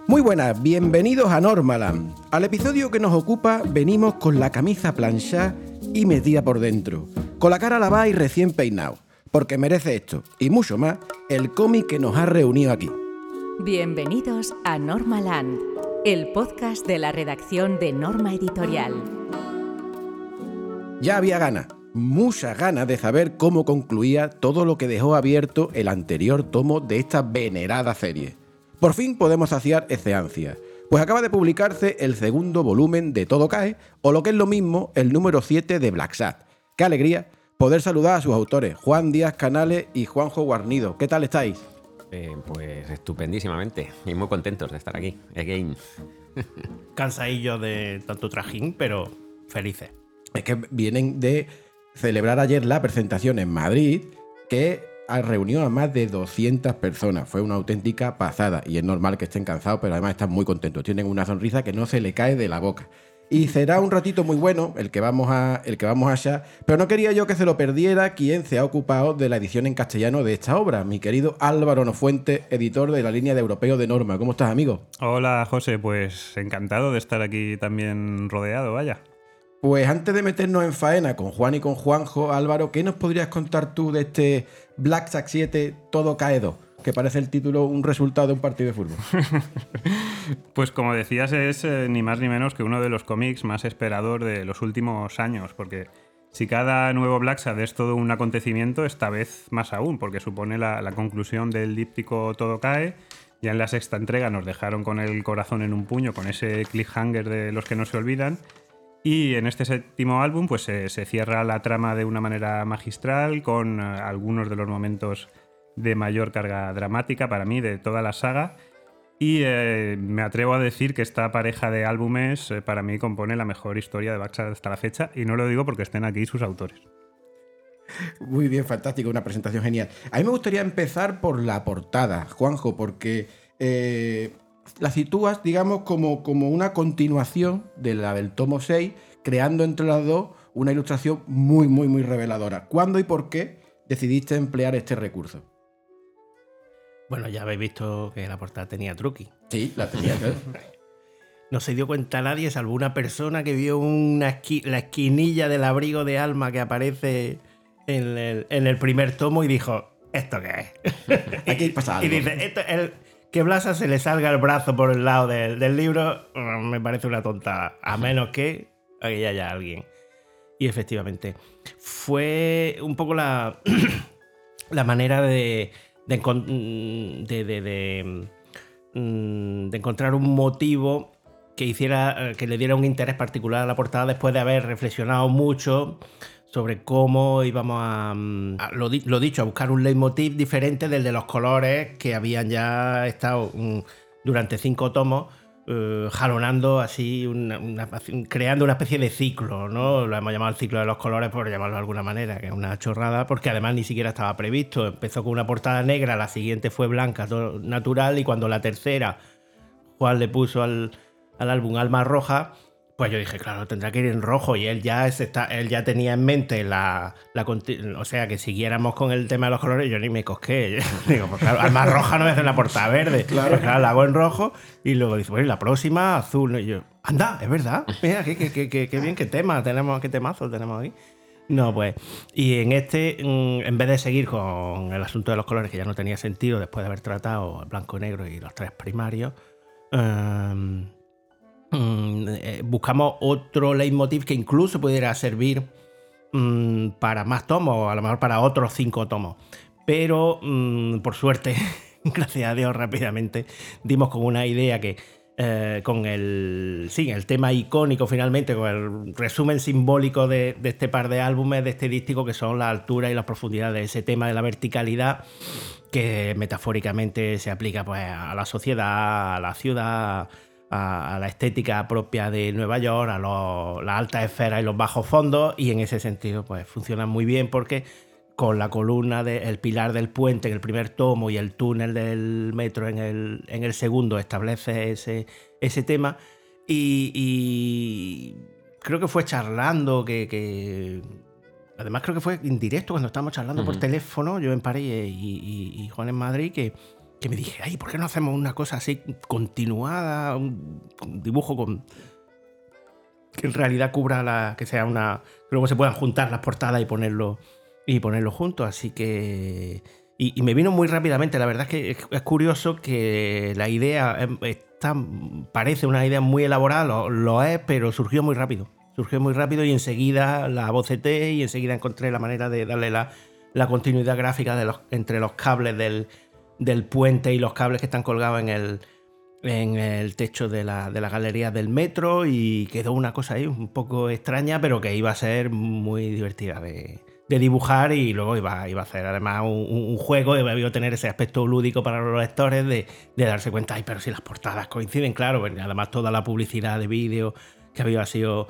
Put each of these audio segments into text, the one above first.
Muy buenas, bienvenidos a Normaland. Al episodio que nos ocupa venimos con la camisa planchada y metida por dentro, con la cara lavada y recién peinado, porque merece esto, y mucho más, el cómic que nos ha reunido aquí. Bienvenidos a Normaland, el podcast de la redacción de Norma Editorial. Ya había ganas, muchas ganas de saber cómo concluía todo lo que dejó abierto el anterior tomo de esta venerada serie. Por fin podemos saciar esa ansia, pues acaba de publicarse el segundo volumen de Todo Cae, o lo que es lo mismo, el número 7 de Black Sad. ¡Qué alegría poder saludar a sus autores, Juan Díaz Canales y Juanjo Guarnido! ¿Qué tal estáis? Pues estupendísimamente y muy contentos de estar aquí, again. Cansadillos de tanto trajín, pero felices. Es que vienen de celebrar ayer la presentación en Madrid, que reunió a más de 200 personas. Fue una auténtica pasada y es normal que estén cansados, pero además están muy contentos. Tienen una sonrisa que no se le cae de la boca. Y será un ratito muy bueno el que vamos a echar, pero no quería yo que se lo perdiera quien se ha ocupado de la edición en castellano de esta obra, mi querido Álvaro Nofuente, editor de la línea de Europeo de Norma. ¿Cómo estás, amigo? Hola, José, pues encantado de estar aquí también rodeado, vaya. Pues antes de meternos en faena con Juan y con Juanjo, Álvaro, ¿qué nos podrías contar tú de este Black Sad 7 Todo Cae 2? Que parece el título un resultado de un partido de fútbol. Pues como decías, es ni más ni menos que uno de los cómics más esperados de los últimos años, porque si cada nuevo Black Sad es todo un acontecimiento, esta vez más aún, porque supone la conclusión del díptico Todo Cae. Ya en la sexta entrega nos dejaron con el corazón en un puño, con ese cliffhanger de los que no se olvidan. Y en este séptimo álbum pues se cierra la trama de una manera magistral, con algunos de los momentos de mayor carga dramática para mí de toda la saga. Y me atrevo a decir que esta pareja de álbumes para mí compone la mejor historia de Black Sad hasta la fecha, y no lo digo porque estén aquí sus autores. Muy bien, fantástico, una presentación genial. A mí me gustaría empezar por la portada, Juanjo, porque la sitúas, digamos, como una continuación de la del tomo 6, creando entre las dos una ilustración muy, muy, muy reveladora. ¿Cuándo y por qué decidiste emplear este recurso? Bueno, ya habéis visto que la portada tenía truqui. Sí, la tenía. No se dio cuenta nadie, salvo una persona que vio la esquinilla del abrigo de alma que aparece en el primer tomo y dijo, ¿esto qué es? Aquí pasa algo. Y dice, que Blasa se le salga el brazo por el lado del libro, me parece una tontada, a menos que aquí haya alguien. Y efectivamente, fue un poco la manera de encontrar un motivo que hiciera que le diera un interés particular a la portada, después de haber reflexionado mucho sobre cómo íbamos lo dicho, a buscar un leitmotiv diferente del de los colores que habían ya estado durante 5 tomos jalonando así, creando una especie de ciclo, ¿no? Lo hemos llamado el ciclo de los colores, por llamarlo de alguna manera, que es una chorrada, porque además ni siquiera estaba previsto. Empezó con una portada negra, la siguiente fue blanca, natural, y cuando la tercera Juan le puso al álbum Alma Roja, pues yo dije, claro, tendrá que ir en rojo, y él ya tenía en mente o sea, que siguiéramos con el tema de los colores. Yo ni me cosqué. Digo, pues claro, Alma Roja no me hace una portada verde. Claro. Pues claro, la hago en rojo, y luego dice, bueno, y la próxima azul. Y yo, anda, es verdad. Mira, qué bien, qué temazo tenemos aquí. No, pues, y en en vez de seguir con el asunto de los colores, que ya no tenía sentido después de haber tratado el blanco, negro y los 3 primarios, buscamos otro leitmotiv que incluso pudiera servir para más tomos, o a lo mejor para otros 5 tomos. Pero, por suerte, gracias a Dios, rápidamente dimos con una idea que, con el tema icónico finalmente, con el resumen simbólico de este par de álbumes, de este díptico, que son la altura y la profundidad de ese tema de la verticalidad, que metafóricamente se aplica pues a la sociedad, a la ciudad, a la estética propia de Nueva York, a las altas esferas y los bajos fondos, y en ese sentido pues funcionan muy bien, porque con la columna el pilar del puente en el primer tomo y el túnel del metro en el segundo establece ese tema, y creo que fue charlando que además creo que fue indirecto cuando estábamos charlando por teléfono, yo en París y Juan en Madrid, que que me dije, ay, ¿por qué no hacemos una cosa así continuada? Un dibujo que en realidad cubra que sea una... que luego se puedan juntar las portadas y ponerlo juntos. Así que... Y me vino muy rápidamente. La verdad es que es curioso que la idea parece una idea muy elaborada, lo es, pero surgió muy rápido. Y enseguida la boceté y enseguida encontré la manera de darle la continuidad gráfica entre los cables del puente y los cables que están colgados en el techo de la galería del metro, y quedó una cosa ahí un poco extraña, pero que iba a ser muy divertida de dibujar, y luego iba a hacer además un juego, iba a tener ese aspecto lúdico para los lectores de darse cuenta, ay, pero si las portadas coinciden, claro, porque además toda la publicidad de vídeo que había sido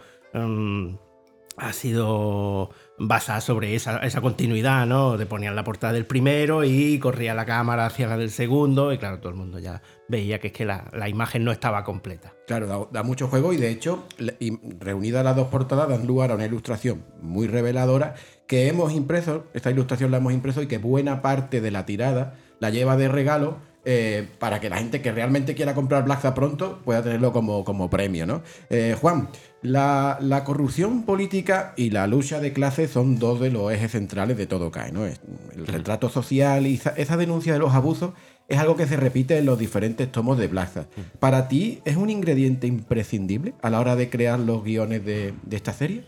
basada sobre esa continuidad, ¿no? Te ponían la portada del primero y corría la cámara hacia la del segundo, y claro, todo el mundo ya veía que es que la imagen no estaba completa. Claro, da mucho juego, y de hecho, reunidas las dos portadas, dan lugar a una ilustración muy reveladora que hemos impreso. Esta ilustración la hemos impreso y que buena parte de la tirada la lleva de regalo, para que la gente que realmente quiera comprar Blackza pronto pueda tenerlo como premio, ¿no? Juan, la corrupción política y la lucha de clases son dos de los ejes centrales de todo CAE, ¿no? El retrato social y esa denuncia de los abusos es algo que se repite en los diferentes tomos de Blackza. ¿Para ti es un ingrediente imprescindible a la hora de crear los guiones de esta serie?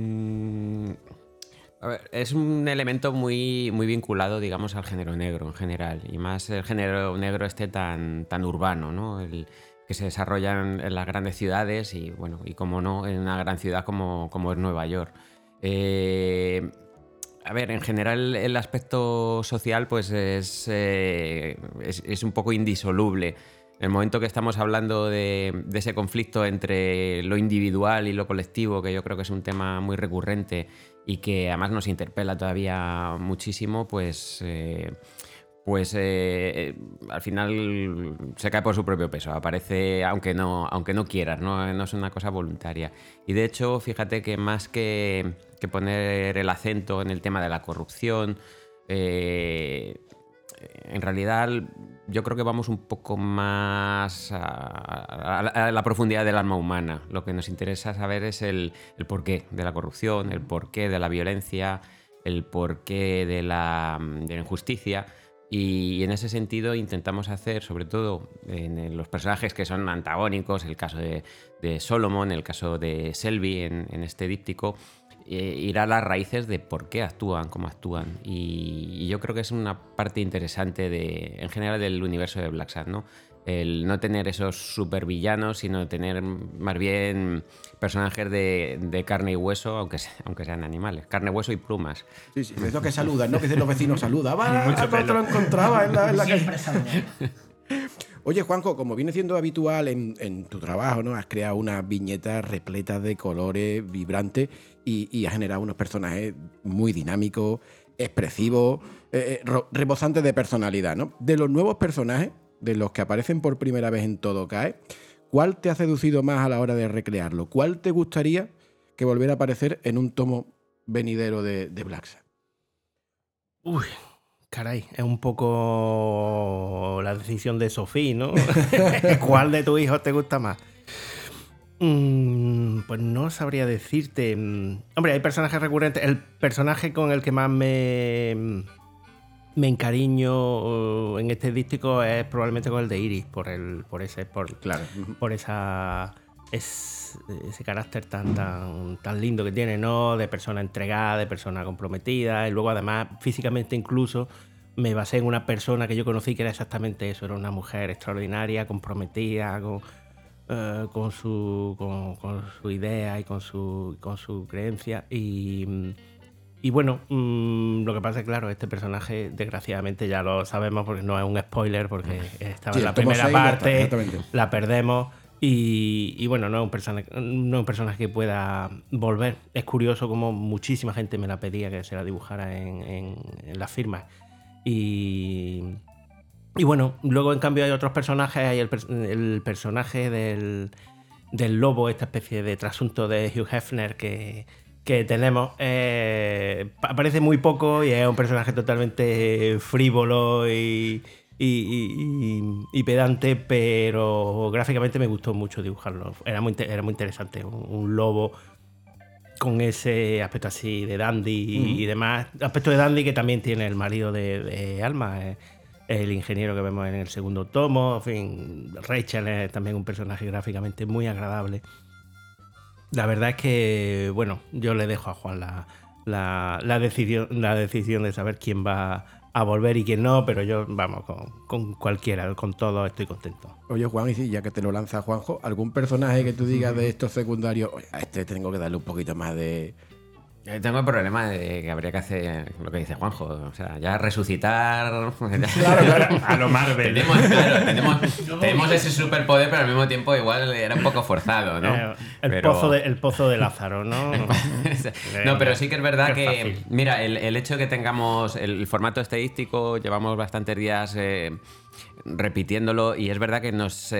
A ver, es un elemento muy, muy vinculado, digamos, al género negro en general, y más el género negro tan urbano, ¿no? El que se desarrolla en las grandes ciudades y, bueno, y como no, en una gran ciudad como es Nueva York. A ver, en general el aspecto social pues es un poco indisoluble. En el momento que estamos hablando de ese conflicto entre lo individual y lo colectivo, que yo creo que es un tema muy recurrente y que además nos interpela todavía muchísimo, pues al final se cae por su propio peso, aparece aunque no quieras, no es una cosa voluntaria. Y de hecho, fíjate que más que poner el acento en el tema de la corrupción, en realidad yo creo que vamos un poco más a la profundidad del alma humana. Lo que nos interesa saber es el porqué de la corrupción, el porqué de la violencia, el porqué de la injusticia. Y en ese sentido intentamos hacer, sobre todo en los personajes que son antagónicos, el caso de Solomon, el caso de Selby en este díptico, ir a las raíces de por qué actúan como actúan. Y yo creo que es una parte interesante en general del universo de Blackza, ¿no? El no tener esos supervillanos, sino tener más bien personajes de carne y hueso, aunque sean animales. Carne, hueso y plumas. Sí, es lo que saludan, ¿no? Que dicen los vecinos, saluda. ¡Va! Te lo encontraba en la calle. Oye, Juanjo, como viene siendo habitual en tu trabajo, ¿no? Has creado unas viñetas repletas de colores vibrantes y has generado unos personajes muy dinámicos, expresivos, rebosantes de personalidad, ¿no? De los nuevos personajes, de los que aparecen por primera vez en todo CAE, ¿cuál te ha seducido más a la hora de recrearlo? ¿Cuál te gustaría que volviera a aparecer en un tomo venidero de Blackza? Uy, caray, es un poco la decisión de Sofía, ¿no? ¿Cuál de tus hijos te gusta más? Pues no sabría decirte. Hombre, hay personajes recurrentes. El personaje con el que más me encariño en este díptico es probablemente con el de Iris, por ese carácter tan lindo que tiene, ¿no? De persona entregada, de persona comprometida, y luego además físicamente incluso me basé en una persona que yo conocí que era exactamente eso, era una mujer extraordinaria, comprometida con su idea y con su creencia. Y bueno, lo que pasa es que, claro, este personaje, desgraciadamente, ya lo sabemos porque no es un spoiler, porque estaba en la primera parte, la perdemos. Y bueno, no es un personaje que pueda volver. Es curioso como muchísima gente me la pedía que se la dibujara en las firmas. Y bueno, luego en cambio hay otros personajes. Hay el personaje del lobo, esta especie de trasunto de Hugh Hefner que tenemos, aparece muy poco y es un personaje totalmente frívolo y y pedante, pero gráficamente me gustó mucho dibujarlo. Era muy interesante, un lobo con ese aspecto así de dandy y demás. Aspecto de dandy que también tiene el marido de Alma, el ingeniero que vemos en el segundo tomo. En fin, Rachel es también un personaje gráficamente muy agradable. La verdad es que, bueno, yo le dejo a Juan la decisión de saber quién va a volver y quién no, pero yo, vamos, con cualquiera, con todo estoy contento. Oye, Juan, y sí, ya que te lo lanza Juanjo, ¿algún personaje que tú digas de estos secundarios, oye, a este tengo que darle un poquito más de... Tengo el problema de que habría que hacer lo que dice Juanjo, o sea, ya resucitar. Claro, a lo Marvel. Tenemos ese superpoder, pero al mismo tiempo igual era un poco forzado, ¿no? El pozo de Lázaro, ¿no? No, pero sí que es verdad Qué que, fácil. mira, el hecho de que tengamos el formato estadístico, llevamos bastantes días repitiéndolo, y es verdad que nos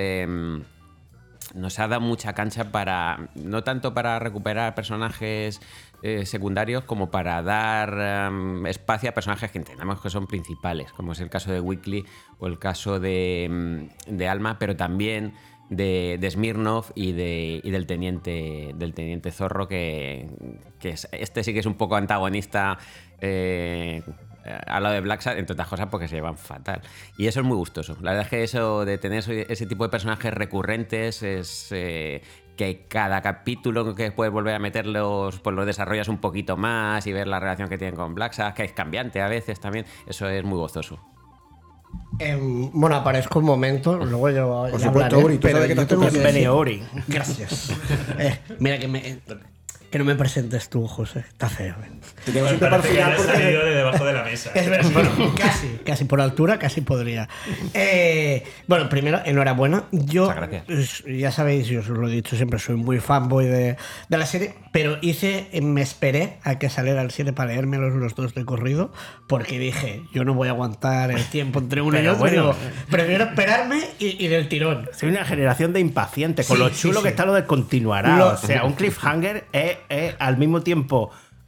ha dado mucha cancha para, no tanto para recuperar personajes secundarios, como para dar espacio a personajes que entendamos que son principales, como es el caso de Weekly o el caso de Alma, pero también de Smirnov y del teniente Zorro, que este sí que es un poco antagonista al lado de Blacksad, entre otras cosas porque se llevan fatal. Y eso es muy gustoso. La verdad es que eso de tener ese tipo de personajes recurrentes es que cada capítulo que puedes volver a meterlos, pues los desarrollas un poquito más y ver la relación que tienen con Blacksad, que es cambiante a veces también. Eso es muy gozoso. Bueno, aparezco un momento, luego yo Por ya supuesto, hablaré, Uri, tú pero sabes que yo no te tengo que puedes decir- Bene Ori. Gracias. Mira que no me presentes tú, José. Está feo. Te tengo siempre para el Parece que final has porque... salido de debajo de la mesa. Es verdad, bueno, casi por altura, casi podría. Bueno, primero, enhorabuena. Yo, Muchas gracias. ya sabéis, yo os lo he dicho siempre, soy muy fanboy de la serie, pero me esperé a que saliera el 7 para leerme los dos de corrido, porque dije, yo no voy a aguantar el tiempo entre uno y Pero otro. bueno, Digo, prefiero esperarme y del tirón. Soy una generación de impacientes, con Sí, lo sí, chulo sí. que está lo de continuará. Lo- O sea, un cliffhanger es al mismo tiempo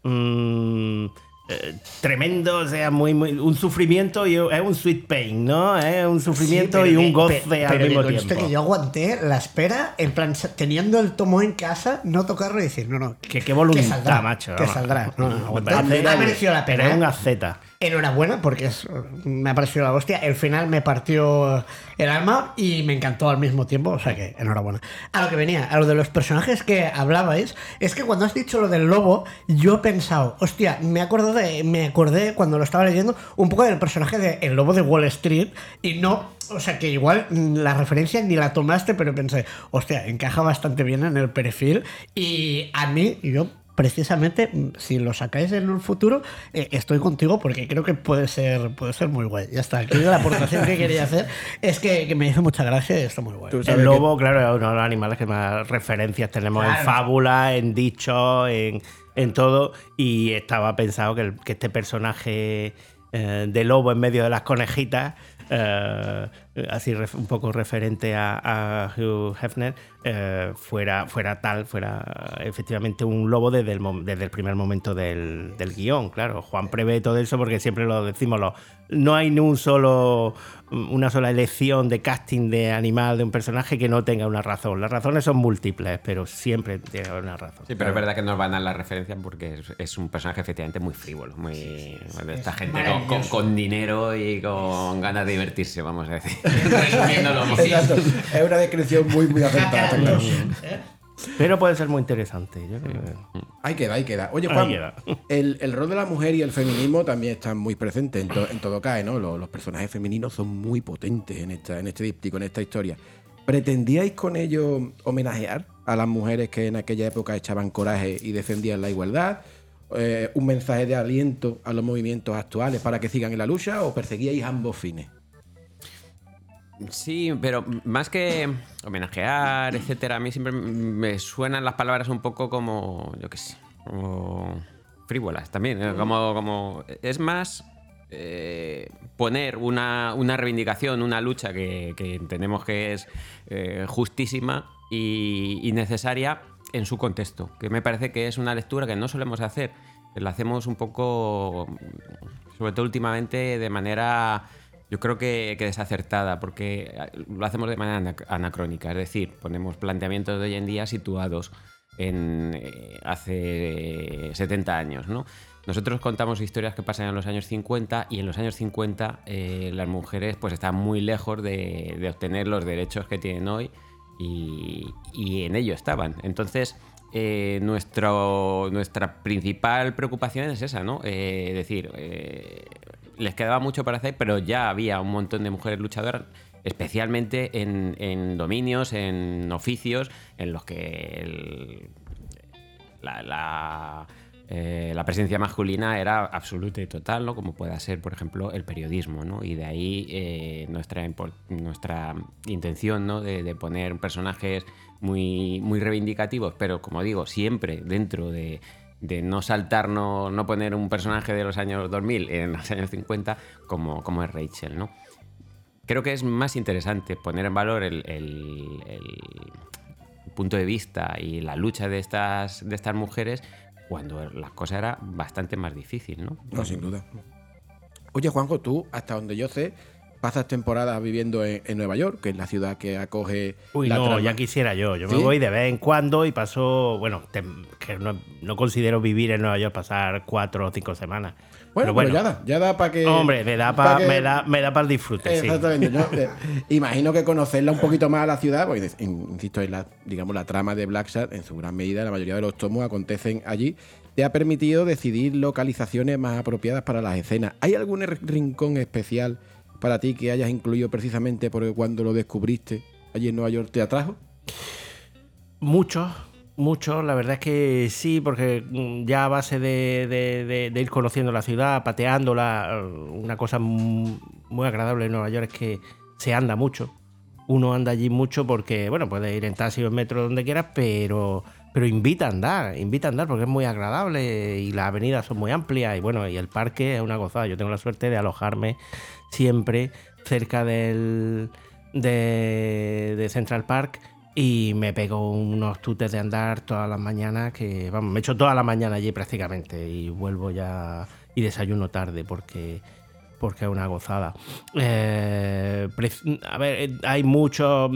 tremendo, o sea, un sufrimiento y es un sweet pain, ¿no? Es un sufrimiento Sí, y pero un que- goce pero al que mismo conste tiempo. que yo aguanté la espera, en plan, teniendo el tomo en casa, no tocarlo y decir, no, Que qué voluntad, que saldrá, macho. que vamos. saldrá. No, Parece- ha merecido la pena. Pero es ¿eh? un asceta. Enhorabuena, porque me ha parecido la hostia. El final me partió el alma y me encantó al mismo tiempo, o sea que enhorabuena. A lo que venía, a lo de los personajes que hablabais, es que cuando has dicho lo del lobo, yo he pensado, hostia, me acordé cuando lo estaba leyendo un poco del personaje de El Lobo de Wall Street y no, o sea que igual la referencia ni la tomaste, pero pensé, hostia, encaja bastante bien en el perfil y a mí, yo precisamente, si lo sacáis en un futuro, estoy contigo porque creo que puede ser muy guay. Ya está, aquí la aportación que quería hacer es que me hizo mucha gracia y está muy guay. Tú sabes El que- lobo, claro, es uno de los animales que más referencias tenemos en fábula, en dichos, en todo. Y estaba pensado que este personaje de lobo en medio de las conejitas, así un poco referente a Hugh Hefner, fuera efectivamente un lobo desde el primer momento del guión. Claro, Juan prevé todo eso porque siempre lo decimos, no hay ni una sola elección de casting de animal de un personaje que no tenga una razón. Las razones son múltiples, pero siempre tiene una razón. Sí, pero es verdad que nos van a dar la referencia porque es un personaje efectivamente muy frívolo, muy de esta gente con dinero y con ganas de divertirse, vamos a decir. Resumiéndolo muy bien. Exacto. Es una descripción muy, muy acertada, está claro. Pero puede ser muy interesante. Yo creo que... Ahí queda. Oye, Ahí Juan, queda. el rol de la mujer y el feminismo también están muy presentes en todo cae, ¿no? Los personajes femeninos son muy potentes en este díptico, en esta historia. ¿Pretendíais con ello homenajear a las mujeres que en aquella época echaban coraje y defendían la igualdad? ¿Un mensaje de aliento a los movimientos actuales para que sigan en la lucha? ¿O perseguíais ambos fines? Sí, pero más que homenajear, etcétera, a mí siempre me suenan las palabras un poco como, yo qué sé, como frívolas también. Como es más poner una reivindicación, una lucha que entendemos que es justísima y necesaria en su contexto, que me parece que es una lectura que no solemos hacer, que la hacemos un poco, sobre todo últimamente, de manera, Yo creo que desacertada, porque lo hacemos de manera anacrónica, es decir, ponemos planteamientos de hoy en día situados en hace 70 años, ¿no? Nosotros contamos historias que pasan en los años 50 y en los años 50 las mujeres pues están muy lejos de obtener los derechos que tienen hoy y en ello estaban. Entonces, nuestra principal preocupación es esa, ¿no? Es decir, les quedaba mucho para hacer, pero ya había un montón de mujeres luchadoras, especialmente en dominios, en oficios, en los que la presencia masculina era absoluta y total, ¿no? Como pueda ser, por ejemplo, el periodismo, ¿no? Y de ahí nuestra intención, ¿no? de poner personajes muy, muy reivindicativos, pero como digo, siempre dentro de no saltarnos, no poner un personaje de los años 2000 en los años 50 como es Rachel, ¿no? Creo que es más interesante poner en valor el punto de vista y la lucha de estas mujeres cuando las cosas eran bastante más difíciles, ¿no? No, sin duda. Oye, Juanjo, tú, hasta donde yo sé, pasas temporadas viviendo en Nueva York, que es la ciudad que acoge... Uy, la no, trama. ya quisiera yo. Yo ¿Sí? me voy de vez en cuando y paso... Bueno, que no considero vivir en Nueva York pasar 4 o 5 semanas. Bueno, pero ya da para que... Hombre, me da para el disfrute, sí. Exactamente. Yo imagino que conocerla un poquito más a la ciudad, porque, insisto, en la trama de Blacksad, en su gran medida, la mayoría de los tomos acontecen allí, te ha permitido decidir localizaciones más apropiadas para las escenas. ¿Hay algún rincón especial para ti que hayas incluido precisamente porque cuando lo descubriste allí en Nueva York te atrajo? Muchos, la verdad es que sí, porque ya a base de ir conociendo la ciudad, pateándola, una cosa muy agradable en Nueva York es que se anda mucho. Uno anda allí mucho porque, bueno, puedes ir en taxi o en metro donde quieras, pero invita a andar porque es muy agradable y las avenidas son muy amplias y bueno, y el parque es una gozada. Yo tengo la suerte de alojarme siempre cerca de Central Park y me pego unos tutes de andar todas las mañanas que, vamos, me echo toda la mañana allí prácticamente y vuelvo ya y desayuno tarde porque es una gozada. A ver, hay muchos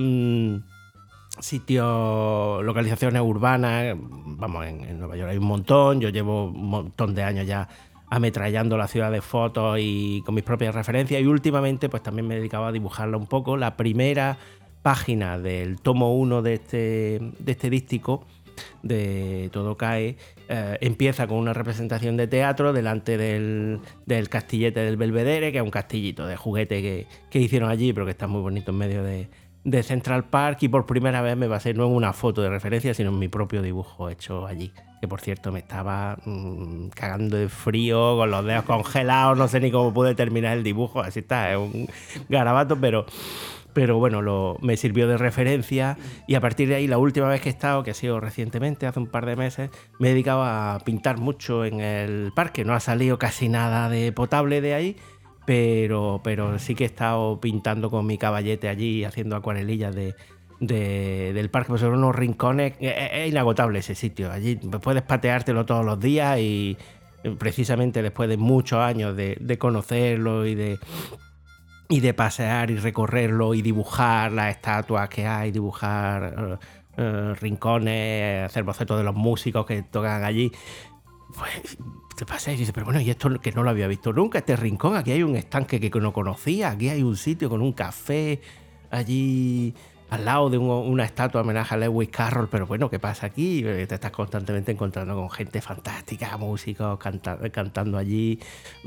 sitios, localizaciones urbanas, vamos, en Nueva York hay un montón, yo llevo un montón de años ya ametrallando la ciudad de fotos y con mis propias referencias y últimamente pues también me he dedicado a dibujarla un poco. La primera página del tomo 1 de este dístico de Todo Cae empieza con una representación de teatro delante del castillete del Belvedere, que es un castillito de juguete que hicieron allí, pero que está muy bonito en medio de Central Park, y por primera vez me basé no en una foto de referencia, sino en mi propio dibujo hecho allí, que por cierto me estaba cagando de frío, con los dedos congelados, no sé ni cómo pude terminar el dibujo, así está, es un garabato, pero bueno, me sirvió de referencia y a partir de ahí la última vez que he estado, que ha sido recientemente, hace un par de meses, me he dedicado a pintar mucho en el parque. No ha salido casi nada de potable de ahí, pero sí que he estado pintando con mi caballete allí, haciendo acuarelillas del parque, pues son unos rincones, es inagotable ese sitio. Allí puedes pateártelo todos los días y precisamente después de muchos años de conocerlo y de pasear y recorrerlo y dibujar las estatuas que hay, dibujar rincones, hacer bocetos de los músicos que tocan allí, pues te paseas y dices, pero bueno, y esto que no lo había visto nunca, este rincón, aquí hay un estanque que no conocía, aquí hay un sitio con un café allí al lado de una estatua homenaje a Lewis Carroll, pero bueno, ¿qué pasa aquí? Te estás constantemente encontrando con gente fantástica, músicos cantando allí.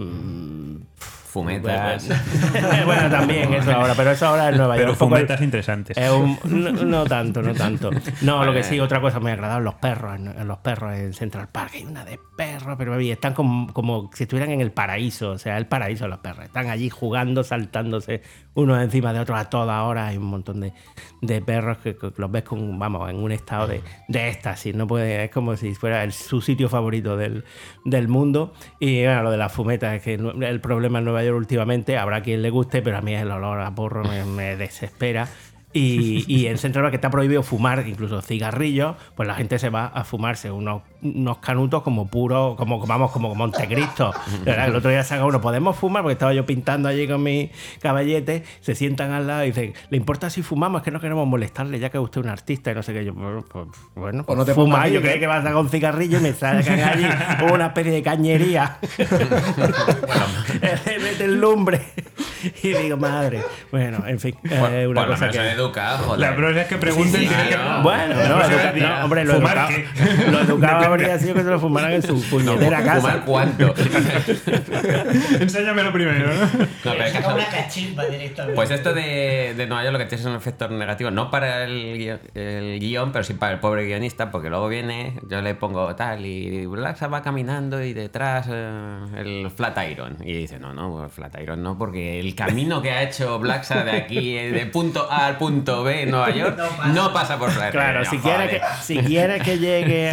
Fumetas. Bueno, también eso ahora, pero eso ahora es Nueva York. Pero fumetas interesantes. No tanto. No, lo que sí, otra cosa muy agradable, los perros en Central Park. Hay una de perros, pero están como si estuvieran en el paraíso, o sea, el paraíso de los perros. Están allí jugando, saltándose unos encima de otros a toda hora. Hay un montón de perros que los ves en un estado de éxtasis. No puede, es como si fuera su sitio favorito del mundo. Y bueno, lo de las fumetas es que el problema en Nueva York últimamente, habrá quien le guste, pero a mí el olor a porro me desespera. Y en Central Park, que está prohibido fumar, incluso cigarrillos, pues la gente se va a fumarse unos canutos como puros, como Montecristo. La verdad, el otro día saca uno, ¿podemos fumar? Porque estaba yo pintando allí con mi caballete, se sientan al lado y dicen, ¿le importa si fumamos? Es que no queremos molestarle, ya que usted es un artista y no sé qué. Yo, bueno, pues no te fuma. pongas Yo ahí, creí que vas a sacar un cigarrillo y me sacan allí una especie de cañería. Mete el lumbre. Y digo, madre. Bueno, en fin. Una cosa que... son educados, joder. La prueba es que pregunten. claro. Bueno, no, hombre, lo ¿Fumar educado, lo educado habría sido que se lo fumaran en su puñetera casa. ¿Fumar cuánto? Enséñamelo primero, ¿no? No, pero es que Saca una cachimba directamente. pues esto de Nueva York lo que tiene es un efecto negativo, no para el guión, pero sí para el pobre guionista, porque luego viene, yo le pongo tal, y Blacksa va caminando y detrás el Flatiron. Y dice, no, el Flatiron no, porque el camino que ha hecho Blacksa de aquí, de punto A al punto B en Nueva York, no pasa por Flatiron. Claro, No, si quiere que llegue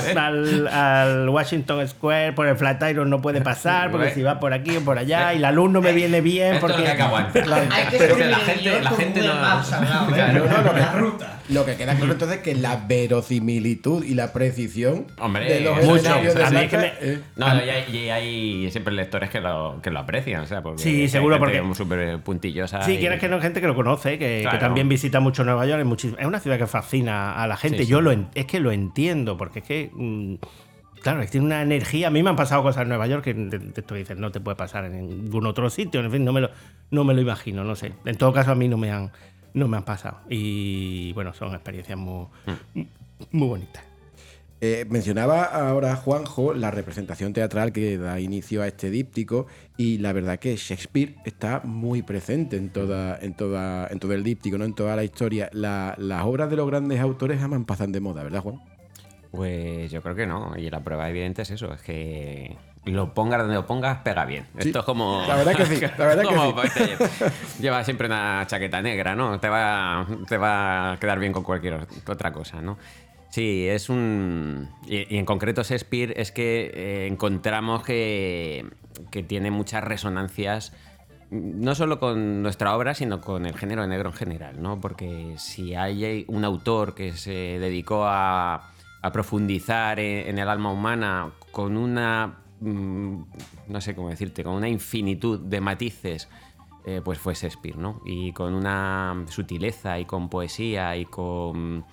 al Washington Square por el Flatiron no puede pasar, porque si va por aquí o por allá, y la luz no me viene bien, esto es porque... lo que hay que aguantar. Hay que Pero escribir la gente con no... Google Maps al lado, Claro, la ruta. Lo que queda claro entonces es que la verosimilitud y la precisión Hombre, de los mucho. escenarios de A mí es que Blacksa, No, y hay siempre lectores que lo aprecian, o sea, porque Sí, seguro, hay gente porque- muy súper puntillosa. Sí, y- quieres que no, gente que lo conoce, que Claro. también visita mucho Nueva York. Es una ciudad que fascina a la gente. Sí, sí. Yo es que lo entiendo, porque es que, claro, es que tiene una energía. A mí me han pasado cosas en Nueva York que te dicen, no te puede pasar en ningún otro sitio. En fin, no me lo imagino, no sé. En todo caso, a mí no me han pasado. Y bueno, son experiencias muy bonitas. Mencionaba ahora Juanjo la representación teatral que da inicio a este díptico, y la verdad que Shakespeare está muy presente en todo el díptico, ¿no? En toda la historia. Las obras de los grandes autores jamás pasan de moda, ¿verdad, Juan? Pues yo creo que no, y la prueba evidente es eso, es que lo pongas donde lo pongas, pega bien. Sí, Esto es como... la verdad que sí, la verdad que como, sí. pues, lleva siempre una chaqueta negra, ¿no? Te va a quedar bien con cualquier otra cosa, ¿no? Sí, es un... Y en concreto Shakespeare es que encontramos que tiene muchas resonancias, no solo con nuestra obra, sino con el género negro en general, ¿no? Porque si hay un autor que se dedicó a profundizar en el alma humana con una... no sé cómo decirte, con una infinitud de matices, pues fue Shakespeare, ¿no? Y con una sutileza y con poesía y con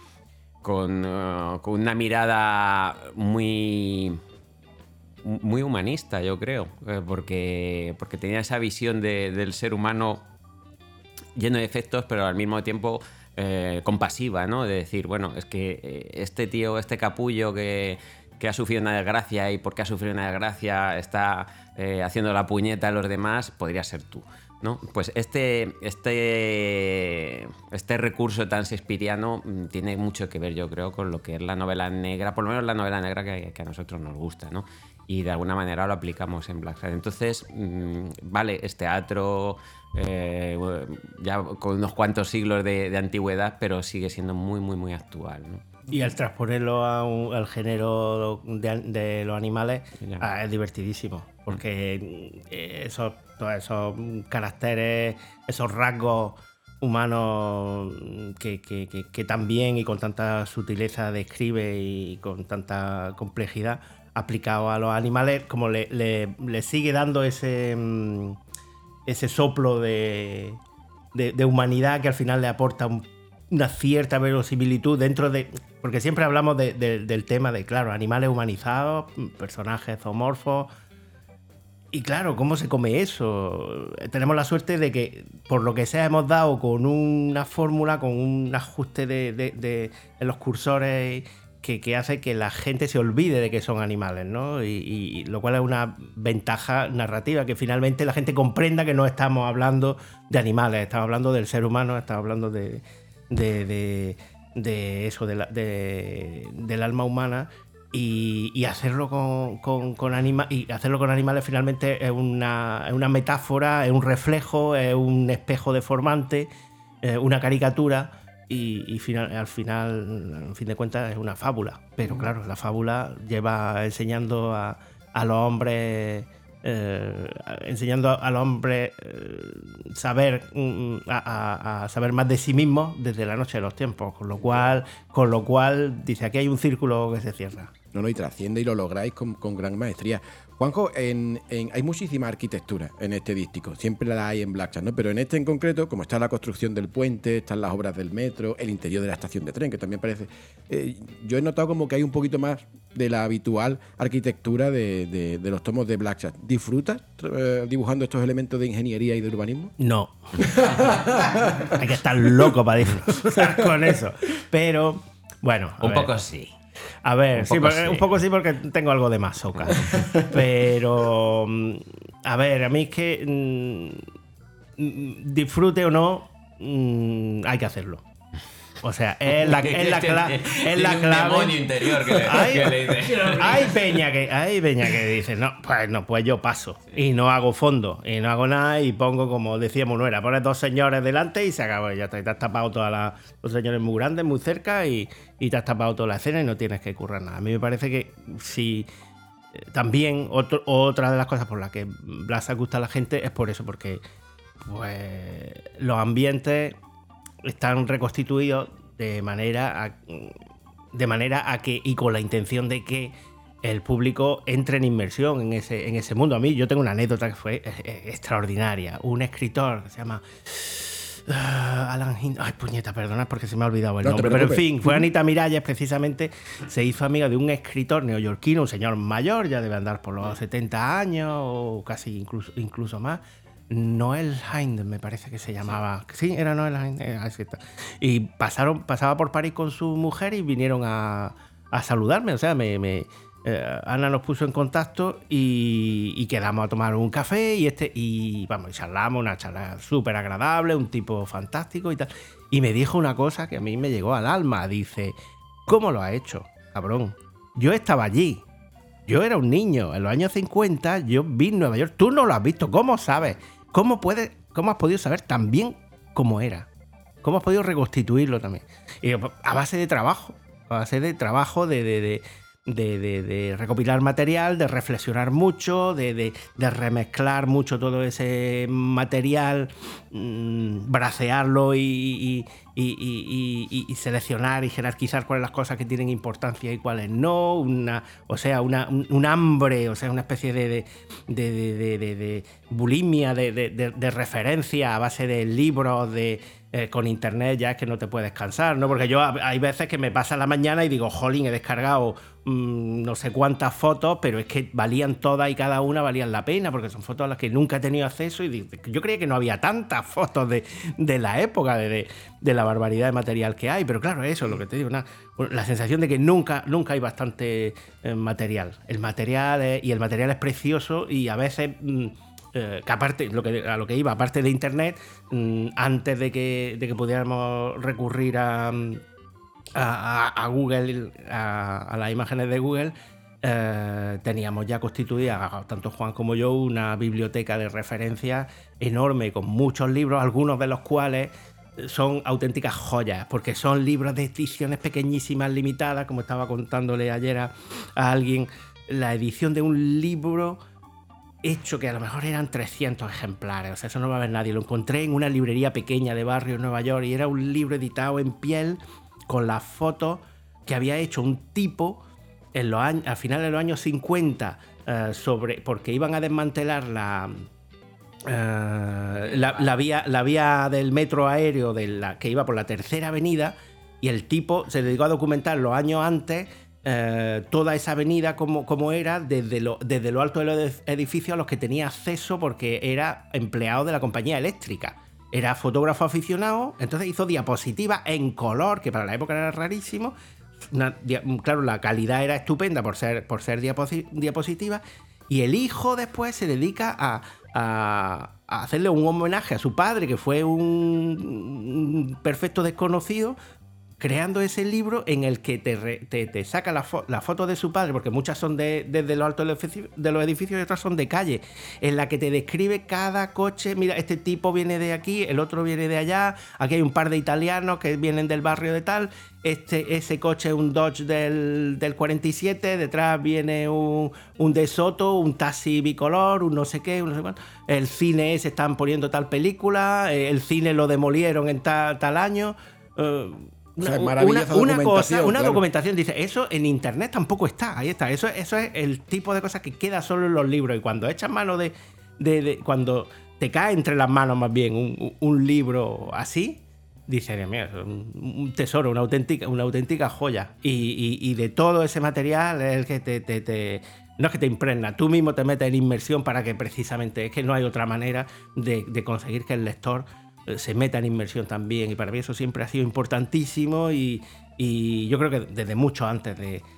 una mirada muy humanista, yo creo, porque tenía esa visión del ser humano lleno de efectos, pero al mismo tiempo compasiva, ¿no? De decir, bueno, es que este tío, este capullo que ha sufrido una desgracia, y porque ha sufrido una desgracia está haciendo la puñeta a los demás, podría ser tú, ¿no? Pues este recurso tan shakespeariano tiene mucho que ver, yo creo, con lo que es la novela negra, por lo menos la novela negra que a nosotros nos gusta, ¿no? Y de alguna manera lo aplicamos en Blacksa. Entonces, vale, es teatro ya con unos cuantos siglos de antigüedad, pero sigue siendo muy, muy, muy actual, ¿no? Y al transponerlo al género de los animales es divertidísimo, porque todos esos caracteres, esos rasgos humanos que tan bien y con tanta sutileza describe y con tanta complejidad aplicado a los animales, como le sigue dando ese soplo de humanidad que al final le aporta una cierta verosimilitud dentro de... Porque siempre hablamos del tema de, claro, animales humanizados, personajes zoomorfos. Y claro, ¿cómo se come eso? Tenemos la suerte de que, por lo que sea, hemos dado con una fórmula, con un ajuste en los cursores que hace que la gente se olvide de que son animales, ¿no? Y lo cual es una ventaja narrativa, que finalmente la gente comprenda que no estamos hablando de animales, estamos hablando del ser humano, estamos hablando de eso, del alma humana, y hacerlo con animales finalmente es una metáfora, es un reflejo, es un espejo deformante, una caricatura, y al final, en fin de cuentas, es una fábula. Pero claro, la fábula lleva enseñando a los hombres enseñando al hombre saber a saber más de sí mismo desde la noche de los tiempos, con lo cual dice, aquí hay un círculo que se cierra. No, y trasciende y lo lográis con gran maestría. Juanjo, hay muchísima arquitectura en este dístico, siempre la hay en Blackchat, ¿no? Pero en este en concreto, como está la construcción del puente, están las obras del metro, el interior de la estación de tren, que también parece... yo he notado como que hay un poquito más de la habitual arquitectura de los tomos de Blackchat. ¿Disfrutas dibujando estos elementos de ingeniería y de urbanismo? No. Hay que estar loco para disfrutar con eso. Pero, bueno... Un poco sí. A ver, un poco sí porque tengo algo de masoca. Pero, a ver, a mí es que disfrute o no, hay que hacerlo. O sea, es la clave. Un demonio interior que le dice. Hay peña que dice, no, pues yo paso. Y no hago fondo, y no hago nada, y pongo, como decíamos, no era, pones 2 señores delante y se acabó. Ya está, y te has tapado los señores muy grandes, muy cerca, y te has tapado toda la escena y no tienes que currar nada. A mí me parece que si también otra de las cosas por las que Blackchat gusta a la gente es por eso, porque pues los ambientes están reconstituidos de manera a que, y con la intención de que el público entre en inmersión en ese mundo. A mí, yo tengo una anécdota que fue extraordinaria. Un escritor que se llama Alan Hinton. Ay, puñeta, perdona porque se me ha olvidado el nombre. Pero en fin, fue Anita Miralles, precisamente, se hizo amiga de un escritor neoyorquino, un señor mayor, ya debe andar por los 70 años o casi incluso más. Noel Hind, me parece que se llamaba. Sí, era Noel Hind. Y pasaba por París con su mujer y vinieron a saludarme. O sea, Ana nos puso en contacto y quedamos a tomar un café y charlamos, una charla súper agradable, un tipo fantástico y tal. Y me dijo una cosa que a mí me llegó al alma. Dice, ¿cómo lo has hecho, cabrón? Yo estaba allí. Yo era un niño. En los años 50 yo vi Nueva York. Tú no lo has visto. ¿Cómo sabes? ¿Cómo has podido saber tan bien cómo era? ¿Cómo has podido reconstituirlo también? Y a base de trabajo. De recopilar material, de reflexionar mucho, de remezclar mucho todo ese material, bracearlo y seleccionar y jerarquizar cuáles las cosas que tienen importancia y cuáles no, un hambre, o sea, una especie de bulimia, de referencia a base de libros, con internet ya es que no te puedes cansar, ¿no? Porque yo hay veces que me pasa la mañana y digo, jolín, he descargado no sé cuántas fotos, pero es que valían todas y cada una valían la pena, porque son fotos a las que nunca he tenido acceso y yo creía que no había tantas fotos de la época, de la barbaridad de material que hay, pero claro, eso es lo que te digo, la sensación de que nunca hay bastante material. El material es precioso y a veces... que aparte, a lo que iba, aparte de internet, antes de que pudiéramos recurrir a Google, a las imágenes de Google, teníamos ya constituida, tanto Juan como yo, una biblioteca de referencia enorme con muchos libros, algunos de los cuales son auténticas joyas, porque son libros de ediciones pequeñísimas, limitadas, como estaba contándole ayer a alguien, la edición de un libro hecho que a lo mejor eran 300 ejemplares, o sea, eso no va a ver nadie. Lo encontré en una librería pequeña de barrio en Nueva York y era un libro editado en piel con las fotos que había hecho un tipo al final de los años 50 porque iban a desmantelar la vía del metro aéreo que iba por la Tercera Avenida, y el tipo se dedicó a documentar los años antes toda esa avenida como era desde lo alto de los edificios a los que tenía acceso, porque era empleado de la compañía eléctrica, era fotógrafo aficionado, entonces hizo diapositivas en color, que para la época era rarísimo. Claro, la calidad era estupenda por ser diapositiva, y el hijo después se dedica a hacerle un homenaje a su padre, que fue un perfecto desconocido, creando ese libro en el que te saca la foto de su padre, porque muchas son desde lo alto de los edificios y otras son de calle, en la que te describe cada coche. Mira, este tipo viene de aquí, el otro viene de allá, aquí hay un par de italianos que vienen del barrio de tal, ese coche es un Dodge del 47, detrás viene un De Soto, un taxi bicolor, un no sé qué, un no sé cuánto. El cine se están poniendo tal película, el cine lo demolieron en tal año. Una documentación, dice, eso en internet tampoco está, ahí está, eso es el tipo de cosas que queda solo en los libros, y cuando echas mano cuando te cae entre las manos más bien un libro así, dices, mira, es un tesoro, una auténtica joya, y de todo ese material es el que no es que te impregna, tú mismo te metes en inmersión para que precisamente, es que no hay otra manera de conseguir que el lector se meta en inmersión también, y para mí eso siempre ha sido importantísimo, y yo creo que desde mucho antes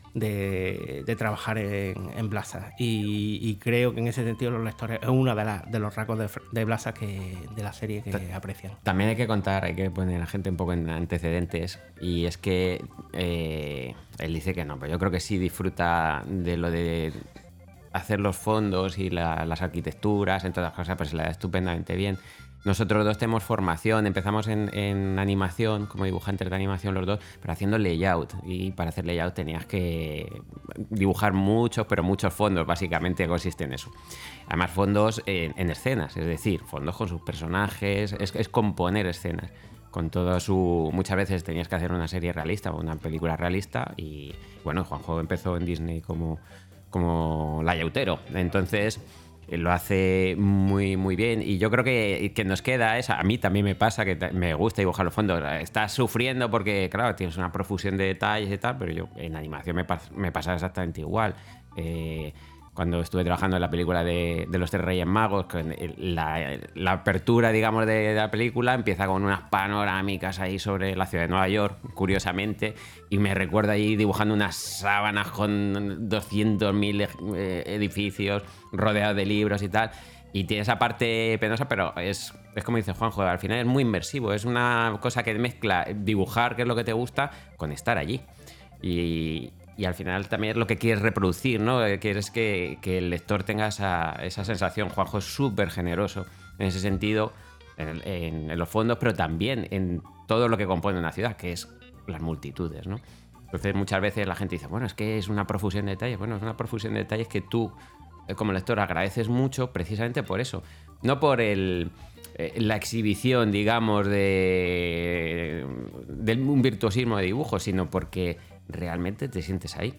de trabajar en Blasa, y creo que en ese sentido los lectores es uno de los rasgos de Blasa de la serie que aprecian. También hay que poner a la gente un poco en antecedentes, y es que él dice que no, pero yo creo que sí disfruta de lo de hacer los fondos y las arquitecturas, entre otras cosas, pues se la da estupendamente bien. Nosotros dos tenemos formación, empezamos en animación, como dibujantes de animación los dos, pero haciendo layout. Y para hacer layout tenías que dibujar muchos fondos, básicamente consiste en eso. Además, fondos en escenas, es decir, fondos con sus personajes, es componer escenas. Con todo muchas veces tenías que hacer una serie realista o una película realista, y bueno, Juanjo empezó en Disney como layoutero. Entonces lo hace muy, muy bien, y yo creo que nos queda esa. A mí también me pasa que me gusta dibujar los fondos. Estás sufriendo porque, claro, tienes una profusión de detalles y tal, pero yo en animación me pasa exactamente igual. Cuando estuve trabajando en la película de los Tres Reyes Magos, la apertura, digamos, de la película empieza con unas panorámicas ahí sobre la ciudad de Nueva York, curiosamente, y me recuerda ahí dibujando unas sábanas con 200.000 edificios rodeados de libros y tal. Y tiene esa parte penosa, pero es como dice Juanjo, al final es muy inmersivo, es una cosa que mezcla dibujar, que es lo que te gusta, con estar allí. Y al final también es lo que quieres reproducir, ¿no? Quieres que el lector tenga esa sensación. Juanjo es súper generoso en ese sentido, en los fondos, pero también en todo lo que compone una ciudad, que es las multitudes, ¿no? Entonces muchas veces la gente dice, bueno, es que es una profusión de detalles. Bueno, es una profusión de detalles que tú, como lector, agradeces mucho precisamente por eso. No por la exhibición, digamos, de un virtuosismo de dibujo, sino porque realmente te sientes ahí.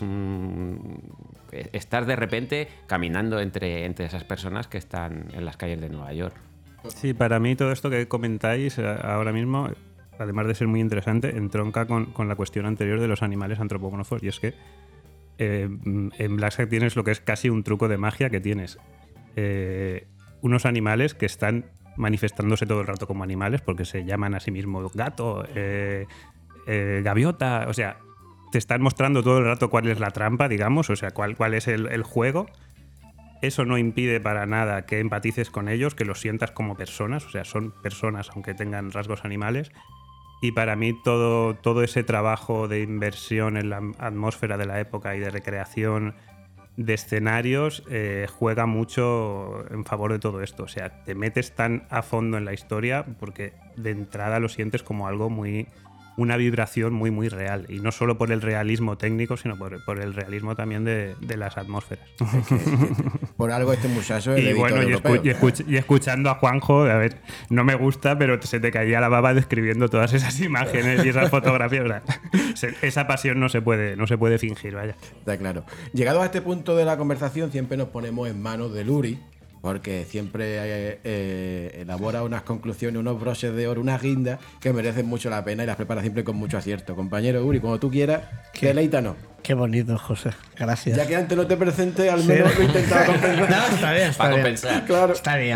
Estar de repente caminando entre esas personas que están en las calles de Nueva York. Sí, para mí todo esto que comentáis ahora mismo, además de ser muy interesante, entronca con la cuestión anterior de los animales antropomorfos, y es que en Black Sack tienes lo que es casi un truco de magia, que tienes unos animales que están manifestándose todo el rato como animales, porque se llaman a sí mismos gato, gaviota, o sea, te están mostrando todo el rato cuál es la trampa, digamos, o sea, cuál es el juego. Eso no impide para nada que empatices con ellos, que los sientas como personas, o sea, son personas aunque tengan rasgos animales. Y para mí todo ese trabajo de inversión en la atmósfera de la época y de recreación de escenarios juega mucho en favor de todo esto. O sea, te metes tan a fondo en la historia porque de entrada lo sientes como algo una vibración muy, muy real. Y no solo por el realismo técnico, sino por el realismo también de las atmósferas. Por algo este muchacho es y bueno, y escuchando a Juanjo, a ver, no me gusta, pero se te caía la baba describiendo todas esas imágenes y esas fotografías. O sea, esa pasión no se puede fingir, vaya. Está claro. Llegado a este punto de la conversación, siempre nos ponemos en manos de Luri, porque siempre elabora unas conclusiones, unos broches de oro, unas guindas que merecen mucho la pena, y las prepara siempre con mucho acierto. Compañero Uri, como tú quieras, deleítanos. Qué bonito, José. Gracias. Ya que antes no te presente, al menos lo he intentado compensar. No, está bien. Para compensar. Claro. Está bien.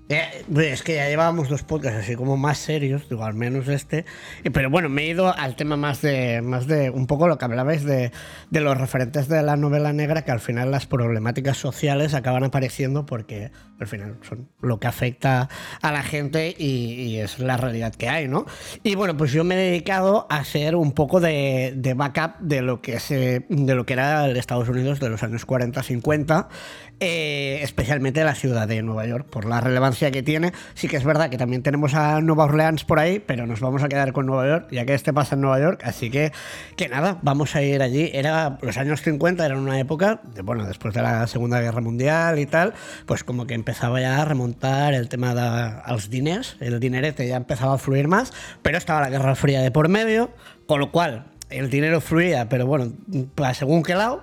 Es que ya llevábamos 2 podcasts así como más serios, digo, al menos este. Pero bueno, me he ido al tema más de un poco lo que hablabais de los referentes de la novela negra, que al final las problemáticas sociales acaban apareciendo porque al final son lo que afecta a la gente y es la realidad que hay, ¿no? Y bueno, pues yo me he dedicado a hacer un poco de backup de lo que era el Estados Unidos de los años 40-50, especialmente la ciudad de Nueva York, por la relevancia que tiene. Sí que es verdad que también tenemos a Nueva Orleans por ahí, pero nos vamos a quedar con Nueva York, ya que este pasa en Nueva York, así que nada, vamos a ir allí. Los años 50 eran una época, después de la Segunda Guerra Mundial y tal, pues como que empezaba ya a remontar el tema de los diners, el dinerete ya empezaba a fluir más, pero estaba la Guerra Fría de por medio, con lo cual el dinero fluía, pero bueno, según qué lado,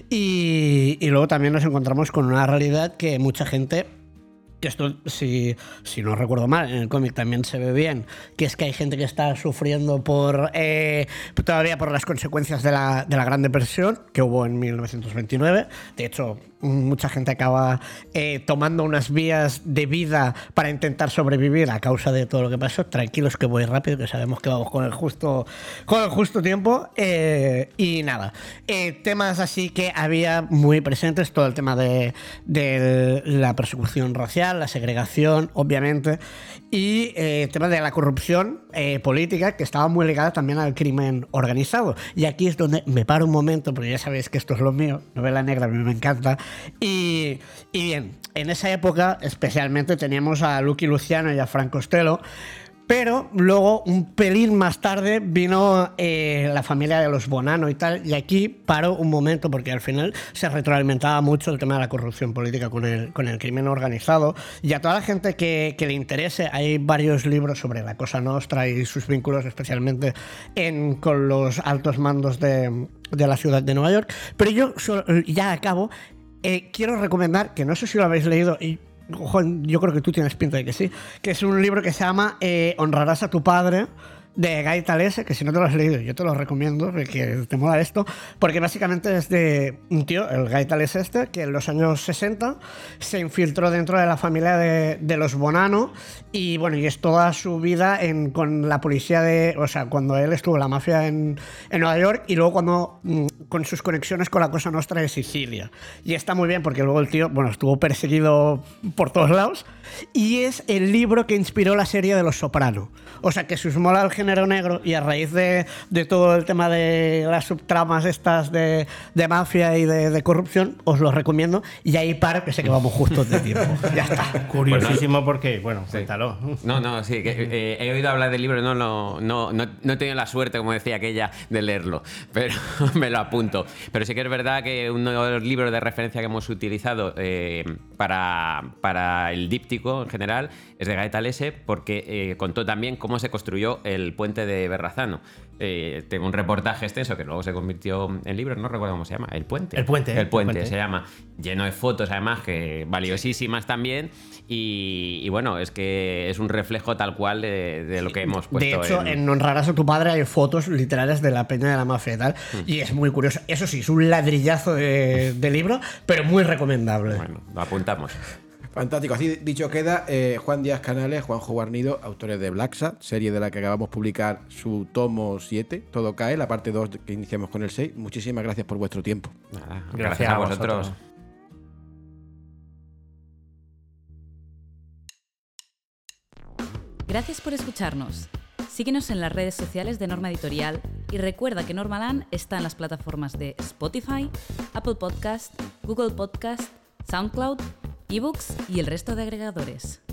y luego también nos encontramos con una realidad que mucha gente, que esto, si no recuerdo mal, en el cómic también se ve bien, que es que hay gente que está sufriendo todavía por las consecuencias de la Gran Depresión que hubo en 1929. De hecho, mucha gente acaba tomando unas vías de vida para intentar sobrevivir a causa de todo lo que pasó. Tranquilos que voy rápido, que sabemos que vamos con el justo tiempo. Y nada, temas así que había muy presentes, todo el tema de la persecución racial, la segregación, obviamente, y tema de la corrupción política, que estaba muy ligada también al crimen organizado. Y aquí es donde me paro un momento, porque ya sabéis que esto es lo mío, novela negra, a mí me encanta. Y bien, en esa época especialmente teníamos a Lucky Luciano y a Frank Costello, pero luego, un pelín más tarde, vino la familia de los Bonanno y tal, y aquí paro un momento porque al final se retroalimentaba mucho el tema de la corrupción política con el crimen organizado, y a toda la gente que le interese, hay varios libros sobre la Cosa Nostra y sus vínculos especialmente con los altos mandos de la ciudad de Nueva York. Pero yo ya acabo, quiero recomendar, que no sé si lo habéis leído, y Juan, yo creo que tú tienes pinta de que sí, que es un libro que se llama Honrarás a tu padre, de Guy Talese, que si no te lo has leído yo te lo recomiendo, porque te mola esto, porque básicamente es de un tío, el Guy Talese que en los años 60 se infiltró dentro de la familia de los Bonanno, y bueno, y es toda su vida con la policía cuando él estuvo en la mafia en Nueva York, y luego con sus conexiones con la Cosa Nostra de Sicilia. Y está muy bien porque luego el tío, estuvo perseguido por todos lados, y es el libro que inspiró la serie de Los Soprano. O sea, que si os mola el género negro, y a raíz de todo el tema de las subtramas estas de mafia y de corrupción, os lo recomiendo. Y ahí paro, que sé que vamos justos de tiempo. Ya está. Curiosísimo porque, sí. Cuéntalo. No, sí, que he oído hablar del libro, no he tenido la suerte, como decía aquella, de leerlo, pero me lo apunto. Pero sí que es verdad que uno de los libros de referencia que hemos utilizado para el díptico en general es de Guy Talese, porque contó también cómo se construyó el puente de Berrazano. Tengo un reportaje extenso que luego se convirtió en libro, no recuerdo cómo se llama, El Puente se llama, lleno de fotos además, que valiosísimas también, y bueno, es que es un reflejo tal cual de lo que hemos puesto. De hecho, en Honrarás a tu padre hay fotos literales de la peña de la mafia y tal, y es muy curioso. Eso sí, es un ladrillazo de libro, pero muy recomendable. Bueno, lo apuntamos. Fantástico, así dicho queda. Juan Díaz Canales, Juanjo Guarnido, autores de Blacksad, serie de la que acabamos de publicar su tomo 7, Todo cae, la parte 2 que iniciamos con el 6. Muchísimas gracias por vuestro tiempo. Nada, gracias a vosotros. Gracias por escucharnos. Síguenos en las redes sociales de Norma Editorial y recuerda que Normaland está en las plataformas de Spotify, Apple Podcast, Google Podcast, SoundCloud, eBooks y el resto de agregadores.